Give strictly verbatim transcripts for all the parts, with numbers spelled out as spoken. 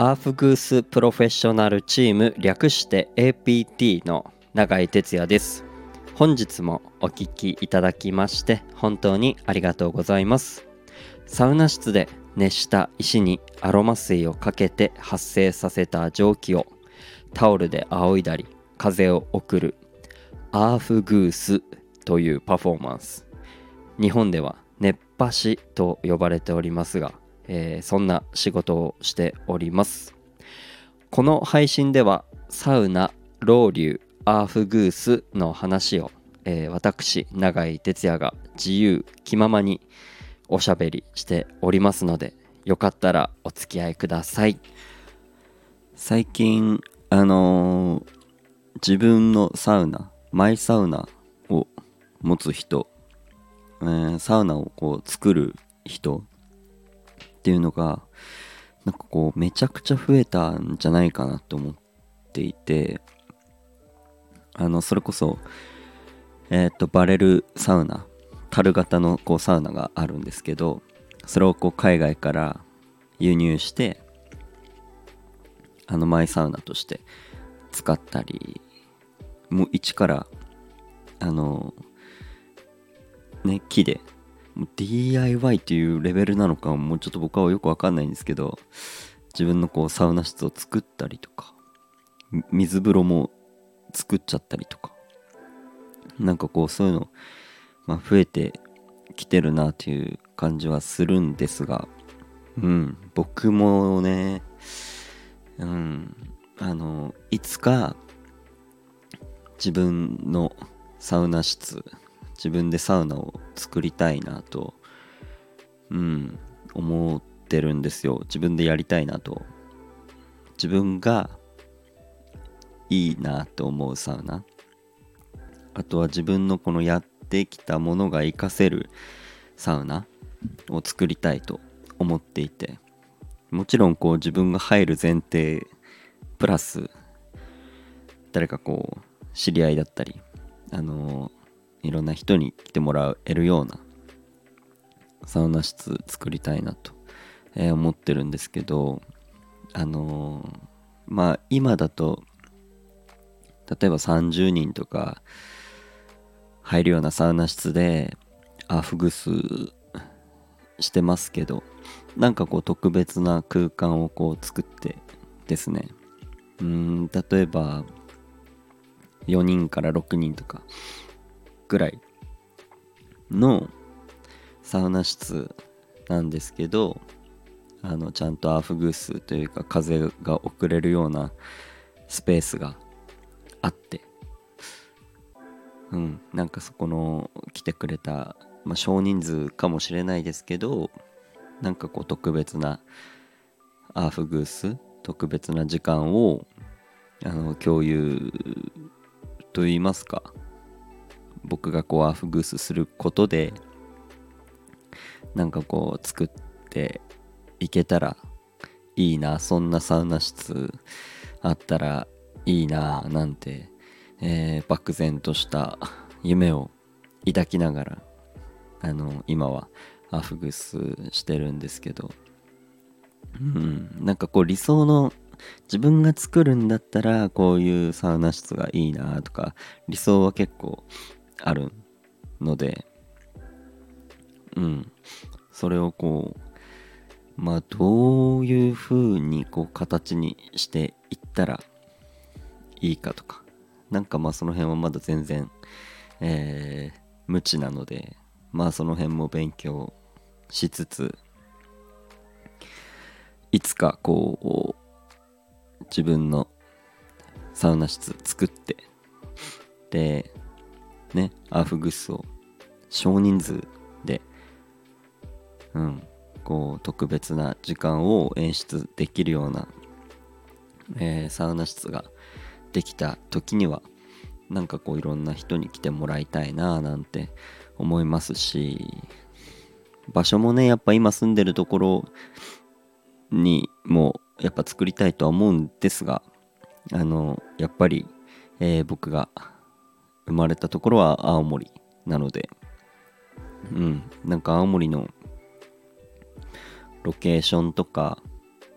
アーフグースプロフェッショナルチーム略して エーピーティー の永井哲也です。本日もお聞きいただきまして本当にありがとうございます。サウナ室で熱した石にアロマ水をかけて発生させた蒸気をタオルで仰いだり風を送るアーフグースというパフォーマンス、日本では熱波師と呼ばれておりますが、えー、そんな仕事をしております。この配信ではサウナ、ロウリュ、アーフグースの話を、えー、私永井哲也が自由気ままにおしゃべりしておりますので、よかったらお付き合いください。最近あのー、自分のサウナ、マイサウナを持つ人、えー、サウナをこう作る人っていうのがなんかこうめちゃくちゃ増えたんじゃないかなと思っていて、あのそれこそえっとバレルサウナ、樽型のこうサウナがあるんですけど、それをこう海外から輸入してあのマイサウナとして使ったり、もう一からあのね木でもう ディーアイワイ というレベルなのかもうちょっと僕はよくわかんないんですけど、自分のこうサウナ室を作ったりとか水風呂も作っちゃったりとか、なんかこうそういうの、まあ、増えてきてるなという感じはするんですが、うん僕もね、うんあのいつか自分のサウナ室、自分でサウナを作りたいなと、うん、思ってるんですよ。自分でやりたいなと、自分がいいなと思うサウナ、あとは自分のこのやってきたものが活かせるサウナを作りたいと思っていて、もちろんこう自分が入る前提プラス誰かこう知り合いだったり、あのー、いろんな人に来てもらえるようなサウナ室作りたいなと、えー思ってるんですけど、あのー、まあ今だと例えばさんじゅうにんとか入るようなサウナ室でアーフグスしてますけど、なんかこう特別な空間をこう作ってですね、うーん例えばよにんからろくにんとかぐらいのサウナ室なんですけど、あのちゃんとアーフグースというか風が送れるようなスペースがあって、うん、なんかそこの来てくれた、まあ、少人数かもしれないですけど、なんかこう特別なアーフグース、特別な時間をあの共有といいますか、僕がこうアーフグースすることでなんかこう作っていけたらいいな、そんなサウナ室あったらいいななんて、えー、漠然とした夢を抱きながらあの今はアフグスしてるんですけど、うん、なんかこう理想の自分が作るんだったらこういうサウナ室がいいなとか理想は結構あるので、うんそれをこうまあどういう風にこう形にしていったらいいかとか、なんかまあその辺はまだ全然、えー、無知なので、まあその辺も勉強しつつ、いつかこう自分のサウナ室作って、でねアーフグッスを少人数でうんこう特別な時間を演出できるような、えー、サウナ室ができた時にはなんかこういろんな人に来てもらいたいななんて思いますし、場所もねやっぱ今住んでるところにもやっぱ作りたいとは思うんですが、あのやっぱり、えー、僕が生まれたところは青森なので、うんなんか青森のロケーションとか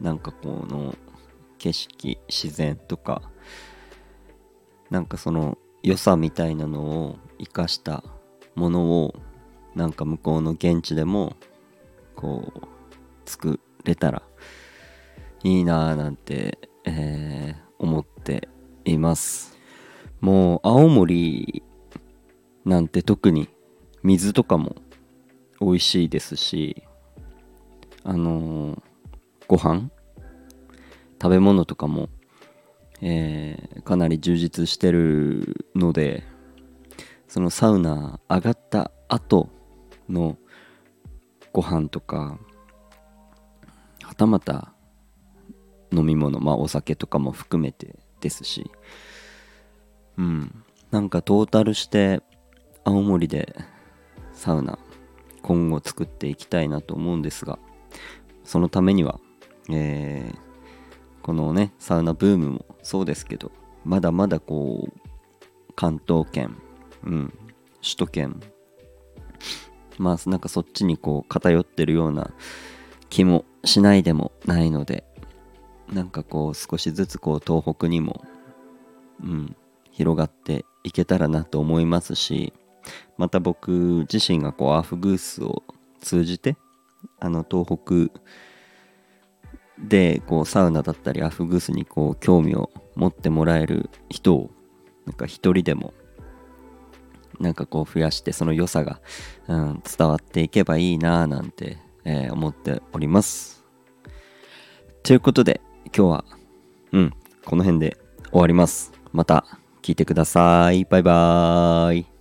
なんかこの景色、自然とか、なんかその良さみたいなのを生かしたものをなんか向こうの現地でもこう作れたらいいなぁなんて、えー思っています。もう青森なんて特に水とかも美味しいですし、あのーご飯食べ物とかも、えーかなり充実してるので、そのサウナ上がった後のご飯とか、はたまた飲み物、まあお酒とかも含めてですし、うんなんかトータルして青森でサウナ今後作っていきたいなと思うんですが、そのためには、えーこのねサウナブームもそうですけど、まだまだこう関東圏、うん、首都圏、まあなんかそっちにこう偏ってるような気もしないでもないので、なんかこう少しずつこう東北にも、うん、広がっていけたらなと思いますし、また僕自身がこうアーフグースを通じてあの東北でこうサウナだったりアフグースにこう興味を持ってもらえる人をなんか一人でもなんかこう増やして、その良さが、うん、伝わっていけばいいなぁなんて、えー思っております。ということで今日はうんこの辺で終わります。また聞いてください。バイバーイ。